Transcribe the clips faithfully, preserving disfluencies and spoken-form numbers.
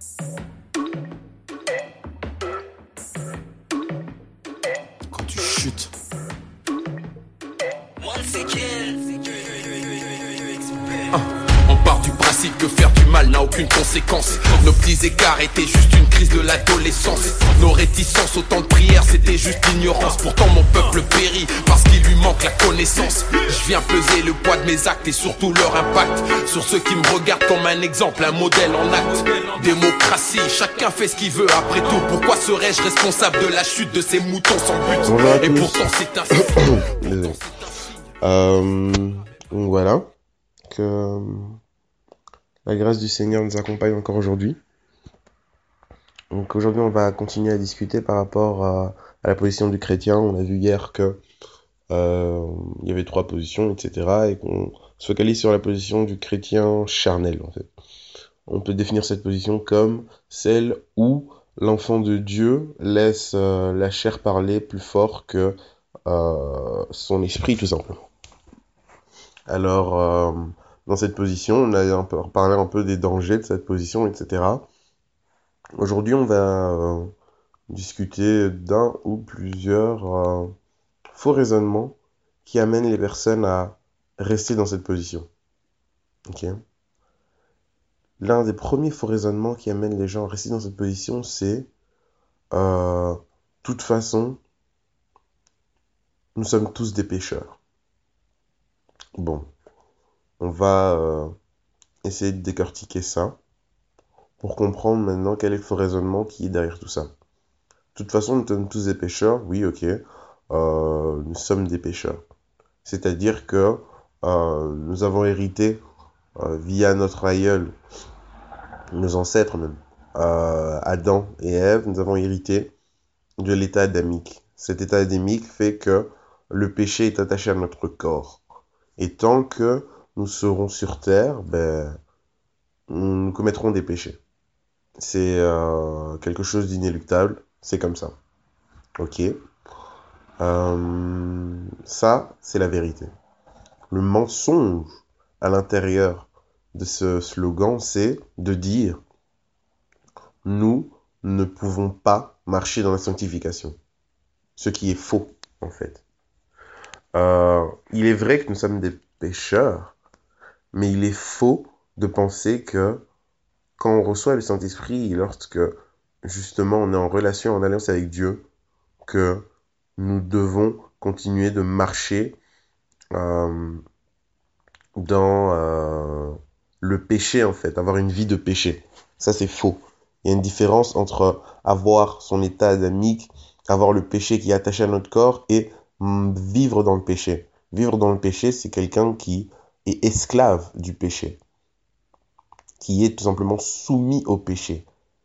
Quand tu chutes. Ah. On part du principe que faire du mal n'a aucune conséquence. Nos petits écarts étaient juste une crise de l'adolescence. Nos réticences, autant de prières, c'était juste l'ignorance. Pourtant mon peuple périt parce qu'il lui manque la connaissance. Je viens peser le poids de mes actes et surtout leur impact sur ceux qui me regardent comme un exemple, un modèle en acte. Démocratie, chacun fait ce qu'il veut après tout. Pourquoi serais-je responsable de la chute de ces moutons sans but? Et pourtant c'est un... Désolé. Euh, donc voilà, que euh, la grâce du Seigneur nous accompagne encore aujourd'hui. Donc aujourd'hui on va continuer à discuter par rapport à, à la position du chrétien. On a vu hier que euh, il y avait trois positions, et cetera. Et qu'on se focalise sur la position du chrétien charnel en fait. On peut définir cette position comme celle où l'enfant de Dieu laisse euh, la chair parler plus fort que euh, son esprit tout simplement. Alors, euh, dans cette position, on a un peu parlé un peu des dangers de cette position, et cetera. Aujourd'hui, on va euh, discuter d'un ou plusieurs euh, faux raisonnements qui amènent les personnes à rester dans cette position. Ok. L'un des premiers faux raisonnements qui amènent les gens à rester dans cette position, c'est euh, de toute façon, nous sommes tous des pécheurs. Bon, on va euh, essayer de décortiquer ça pour comprendre maintenant quel est le faux raisonnement qui est derrière tout ça. De toute façon, nous sommes tous des pécheurs, oui, ok, euh, nous sommes des pécheurs. C'est-à-dire que euh, nous avons hérité euh, via notre aïeul, nos ancêtres même, euh, Adam et Ève, nous avons hérité de l'état adamique. Cet état adamique fait que le péché est attaché à notre corps. Et tant que nous serons sur terre, ben, nous commettrons des péchés. C'est euh, quelque chose d'inéluctable, c'est comme ça. Ok. Euh, ça, c'est la vérité. Le mensonge à l'intérieur de ce slogan, c'est de dire nous ne pouvons pas marcher dans la sanctification. Ce qui est faux, en fait. Euh, il est vrai que nous sommes des pécheurs, mais il est faux de penser que quand on reçoit le Saint-Esprit, lorsque justement on est en relation, en alliance avec Dieu, que nous devons continuer de marcher euh, dans euh, le péché en fait, avoir une vie de péché. Ça c'est faux. Il y a une différence entre avoir son état adamique, avoir le péché qui est attaché à notre corps et vivre dans le péché. Vivre dans le péché, c'est quelqu'un qui est esclave du péché, qui est tout simplement soumis au péché.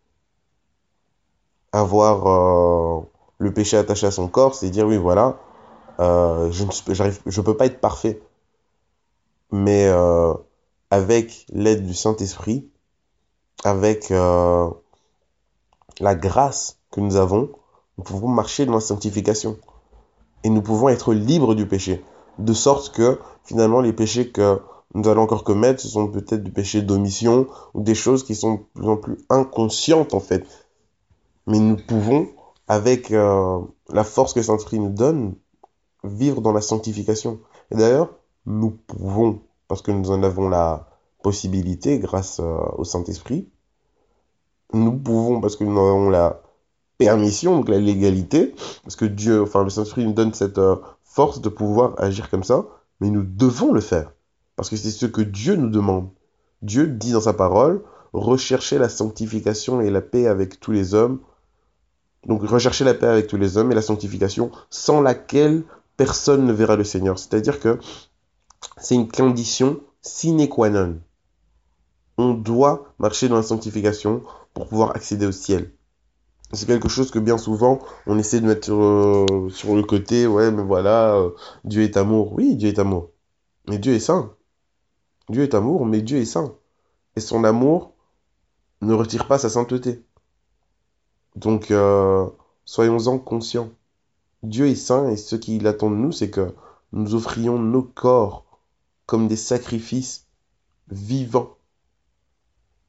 Avoir euh, le péché attaché à son corps, c'est dire oui voilà, euh, je ne j'arrive, je peux pas être parfait, mais euh, avec l'aide du Saint-Esprit, avec euh, la grâce que nous avons, nous pouvons marcher dans la sanctification. Et nous pouvons être libres du péché. De sorte que, finalement, les péchés que nous allons encore commettre, ce sont peut-être des péchés d'omission, ou des choses qui sont de plus en plus inconscientes, en fait. Mais nous pouvons, avec euh, la force que Saint-Esprit nous donne, vivre dans la sanctification. Et d'ailleurs, nous pouvons, parce que nous en avons la possibilité grâce euh, au Saint-Esprit, nous pouvons, parce que nous en avons la permission, donc la légalité, parce que Dieu, enfin le Saint-Esprit nous donne cette euh, force de pouvoir agir comme ça, mais nous devons le faire, parce que c'est ce que Dieu nous demande. Dieu dit dans sa parole, recherchez la sanctification et la paix avec tous les hommes, donc rechercher la paix avec tous les hommes et la sanctification, sans laquelle personne ne verra le Seigneur. C'est-à-dire que c'est une condition sine qua non. On doit marcher dans la sanctification pour pouvoir accéder au ciel. C'est quelque chose que bien souvent, on essaie de mettre euh, sur le côté, ouais, mais voilà, euh, Dieu est amour. Oui, Dieu est amour. Mais Dieu est saint. Dieu est amour, mais Dieu est saint. Et son amour ne retire pas sa sainteté. Donc, euh, soyons-en conscients. Dieu est saint et ce qu'il attend de nous, c'est que nous offrions nos corps comme des sacrifices vivants.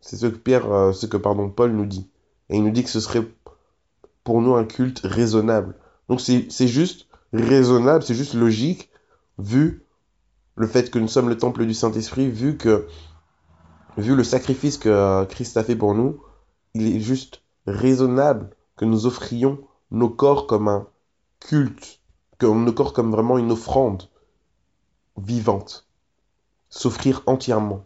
C'est ce que Pierre, euh, ce que pardon, Paul nous dit. Et il nous dit que ce serait pour nous un culte raisonnable. Donc c'est c'est juste raisonnable, c'est juste logique, vu le fait que nous sommes le temple du Saint-Esprit, vu que vu le sacrifice que euh, Christ a fait pour nous, il est juste raisonnable que nous offrions nos corps comme un culte, que nos corps comme vraiment une offrande vivante, s'offrir entièrement.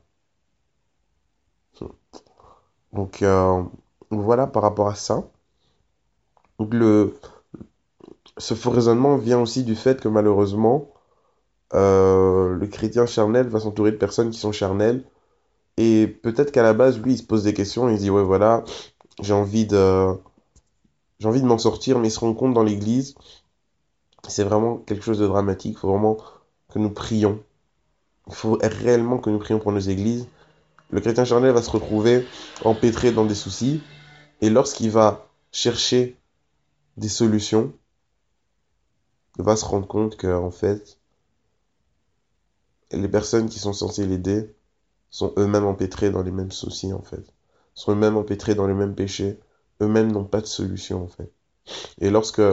Donc euh, voilà par rapport à ça. Donc le, ce faux raisonnement vient aussi du fait que malheureusement, euh, le chrétien charnel va s'entourer de personnes qui sont charnelles. Et peut-être qu'à la base, lui, il se pose des questions, il se dit, ouais, voilà, j'ai envie de, j'ai envie de m'en sortir, mais il se rend compte dans l'église, c'est vraiment quelque chose de dramatique. Il faut vraiment que nous prions. Il faut réellement que nous prions pour nos églises. Le chrétien charnel va se retrouver empêtré dans des soucis, et lorsqu'il va chercher des solutions, il va se rendre compte que, en fait, les personnes qui sont censées l'aider sont eux-mêmes empêtrés dans les mêmes soucis, en fait. Sont eux-mêmes empêtrés dans les mêmes péchés. Eux-mêmes n'ont pas de solution, en fait. Et lorsque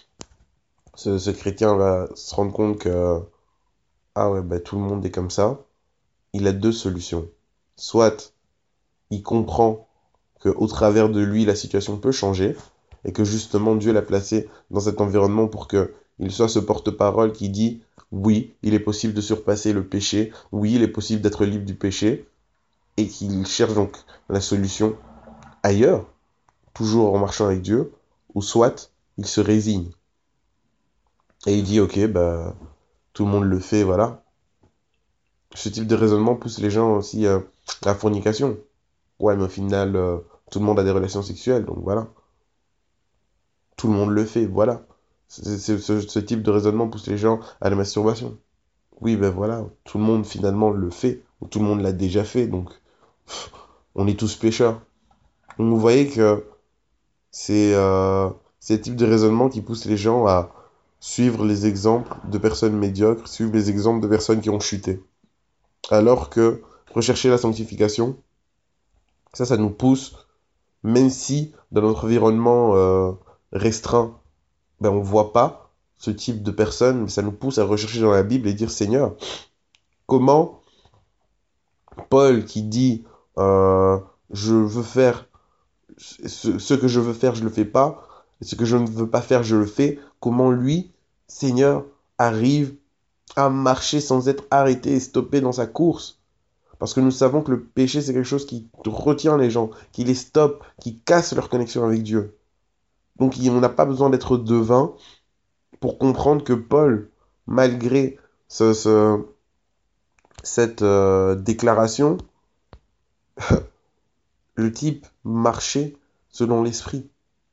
ce, ce chrétien va se rendre compte que, ah ouais, bah, tout le monde est comme ça, il a deux solutions. Soit il comprend qu'au travers de lui, la situation peut changer, et que justement Dieu l'a placé dans cet environnement pour qu'il soit ce porte-parole qui dit oui, il est possible de surpasser le péché, oui, il est possible d'être libre du péché, et qu'il cherche donc la solution ailleurs, toujours en marchant avec Dieu, ou soit il se résigne. Et il dit ok, bah tout le monde le fait, voilà. Ce type de raisonnement pousse les gens aussi euh, à la fornication. Ouais, mais au final, euh, tout le monde a des relations sexuelles, donc voilà. Tout le monde le fait, voilà. C'est, c'est- ce, ce type de raisonnement pousse les gens à la masturbation. Oui, ben voilà, tout le monde finalement le fait, ou tout le monde l'a déjà fait, donc pff, on est tous pécheurs. Donc vous voyez que c'est euh, c'est le type de raisonnement qui pousse les gens à suivre les exemples de personnes médiocres, suivre les exemples de personnes qui ont chuté. Alors que rechercher la sanctification, ça, ça nous pousse, même si dans notre environnement euh, restreint, ben, on ne voit pas ce type de personnes, mais ça nous pousse à rechercher dans la Bible et dire, Seigneur, comment Paul qui dit, euh, je veux faire, ce, ce que je veux faire, je le fais pas, et ce que je ne veux pas faire, je le fais, comment lui, Seigneur, arrive à marcher sans être arrêté et stoppé dans sa course? Parce que nous savons que le péché, c'est quelque chose qui retient les gens, qui les stoppe, qui casse leur connexion avec Dieu. Donc on n'a pas besoin d'être devin pour comprendre que Paul, malgré ce, ce- cette euh, déclaration, le type marchait selon l'esprit.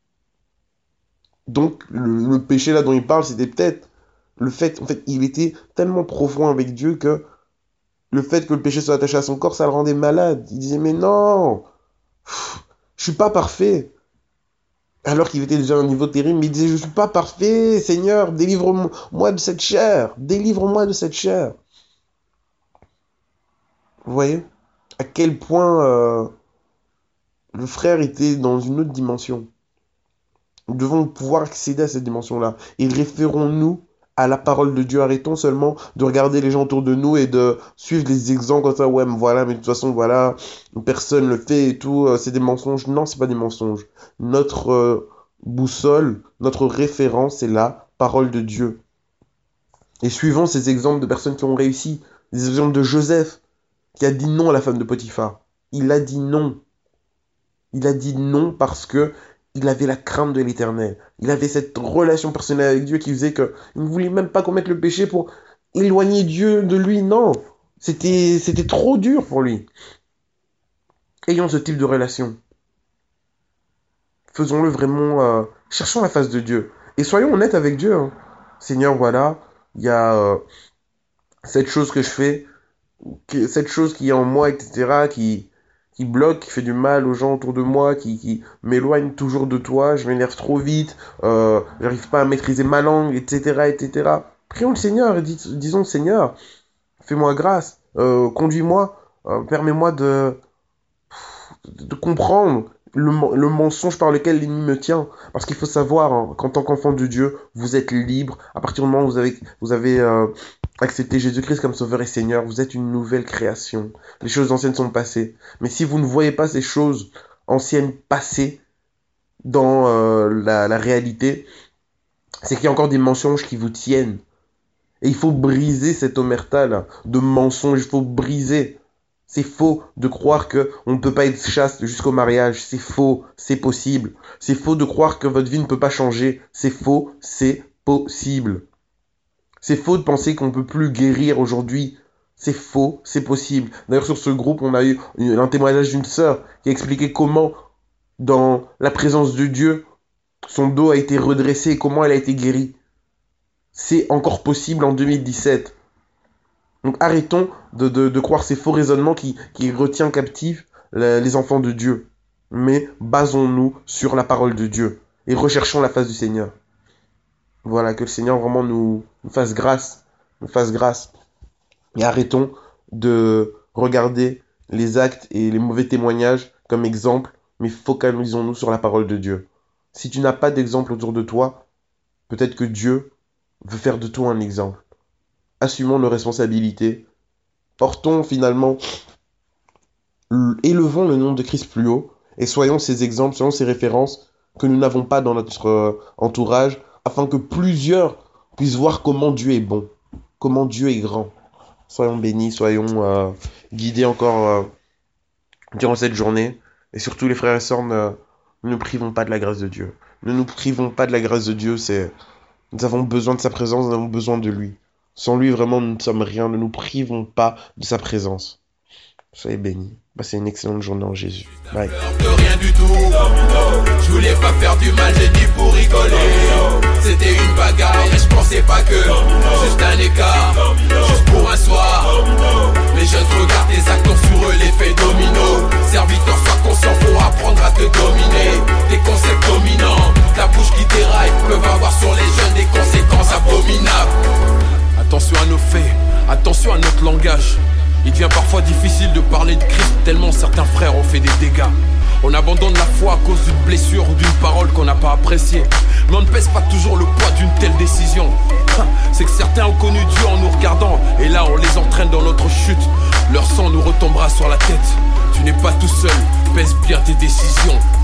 Donc le, le péché là dont il parle, c'était peut-être le fait, en fait, il était tellement profond avec Dieu que le fait que le péché soit attaché à son corps, ça le rendait malade. Il disait, mais non, pff, je suis pas parfait. Alors qu'il était déjà à un niveau terrible, mais il disait, je suis pas parfait, Seigneur, délivre-moi de cette chair, délivre-moi de cette chair. Vous voyez à quel point euh, le frère était dans une autre dimension. Nous devons pouvoir accéder à cette dimension-là. Et référons-nous à la parole de Dieu. Arrêtons seulement de regarder les gens autour de nous et de suivre les exemples comme ça. Ouais, mais voilà, mais de toute façon, voilà, personne le fait et tout. euh, C'est des mensonges. Non, c'est pas des mensonges. Notre euh, boussole, notre référence, c'est la parole de Dieu. Et suivons ces exemples de personnes qui ont réussi. Des exemples de Joseph, qui a dit non à la femme de Potiphar. Il a dit non. Il a dit non parce que il avait la crainte de l'Éternel. Il avait cette relation personnelle avec Dieu qui faisait que il ne voulait même pas commettre le péché pour éloigner Dieu de lui. Non, c'était c'était trop dur pour lui. Ayons ce type de relation. Faisons-le vraiment. Euh, cherchons la face de Dieu et soyons honnêtes avec Dieu. Hein. Seigneur, voilà, il y a euh, cette chose que je fais, que- cette chose qui est en moi, et cetera, qui, qui bloque, qui fait du mal aux gens autour de moi, qui, qui m'éloigne toujours de toi, je m'énerve trop vite, euh, j'arrive pas à maîtriser ma langue, et cetera, et cetera. Prions le Seigneur et dis- disons, Seigneur, fais-moi grâce, euh, conduis-moi, euh, permets-moi de, de comprendre le, le mensonge par lequel l'ennemi me tient. Parce qu'il faut savoir hein, qu'en tant qu'enfant de Dieu, vous êtes libre. À partir du moment où vous avez, vous avez euh, accepté Jésus-Christ comme Sauveur et Seigneur, vous êtes une nouvelle création. Les choses anciennes sont passées. Mais si vous ne voyez pas ces choses anciennes passées dans euh, la, la réalité, c'est qu'il y a encore des mensonges qui vous tiennent. Et il faut briser cette omerta là de mensonges. Il faut briser. C'est faux de croire que on ne peut pas être chaste jusqu'au mariage. C'est faux, c'est possible. C'est faux de croire que votre vie ne peut pas changer. C'est faux, c'est possible. C'est faux de penser qu'on ne peut plus guérir aujourd'hui. C'est faux, c'est possible. D'ailleurs, sur ce groupe, on a eu un témoignage d'une sœur qui a expliqué comment, dans la présence de Dieu, son dos a été redressé et comment elle a été guérie. C'est encore possible en deux mille dix-sept. Donc arrêtons de, de, de croire ces faux raisonnements qui, qui retiennent captifs les, les enfants de Dieu. Mais basons-nous sur la parole de Dieu et recherchons la face du Seigneur. Voilà, que le Seigneur vraiment nous, nous fasse grâce, nous fasse grâce. Et arrêtons de regarder les actes et les mauvais témoignages comme exemple, mais focalisons-nous sur la parole de Dieu. Si tu n'as pas d'exemple autour de toi, peut-être que Dieu veut faire de toi un exemple. Assumons nos responsabilités. Portons finalement, élevons le nom de Christ plus haut et soyons ces exemples, soyons ces références que nous n'avons pas dans notre euh, entourage, afin que plusieurs puissent voir comment Dieu est bon, comment Dieu est grand. Soyons bénis, soyons euh, guidés encore euh, durant cette journée. Et surtout les frères et sœurs, ne, ne nous privons pas de la grâce de Dieu. Ne nous privons pas de la grâce de Dieu, c'est, nous avons besoin de sa présence, nous avons besoin de lui. Sans lui, vraiment, nous ne sommes rien. Ne nous privons pas de sa présence. Soyez bénis. Passez une excellente journée en Jésus. Bye. De rien du tout. Je voulais pas faire du mal, j'ai dit pour rigoler. C'était une bagarre et je pensais pas que juste un écart, juste pour un soir. Les jeunes regardent tes actes sur eux, l'effet domino. Serviteur, sois conscient pour apprendre à te dominer. Des concepts dominants, ta bouche qui déraille peuvent avoir sur les jeunes des conséquences abominables. Attention à nos faits, attention à notre langage. Il devient parfois difficile de parler de Christ tellement certains frères ont fait des dégâts. On abandonne la foi à cause d'une blessure ou d'une parole qu'on n'a pas appréciée. Mais on ne pèse pas toujours le poids d'une telle décision. C'est que certains ont connu Dieu en nous regardant, et là on les entraîne dans notre chute. Leur sang nous retombera sur la tête. Tu n'es pas tout seul, pèse bien tes décisions.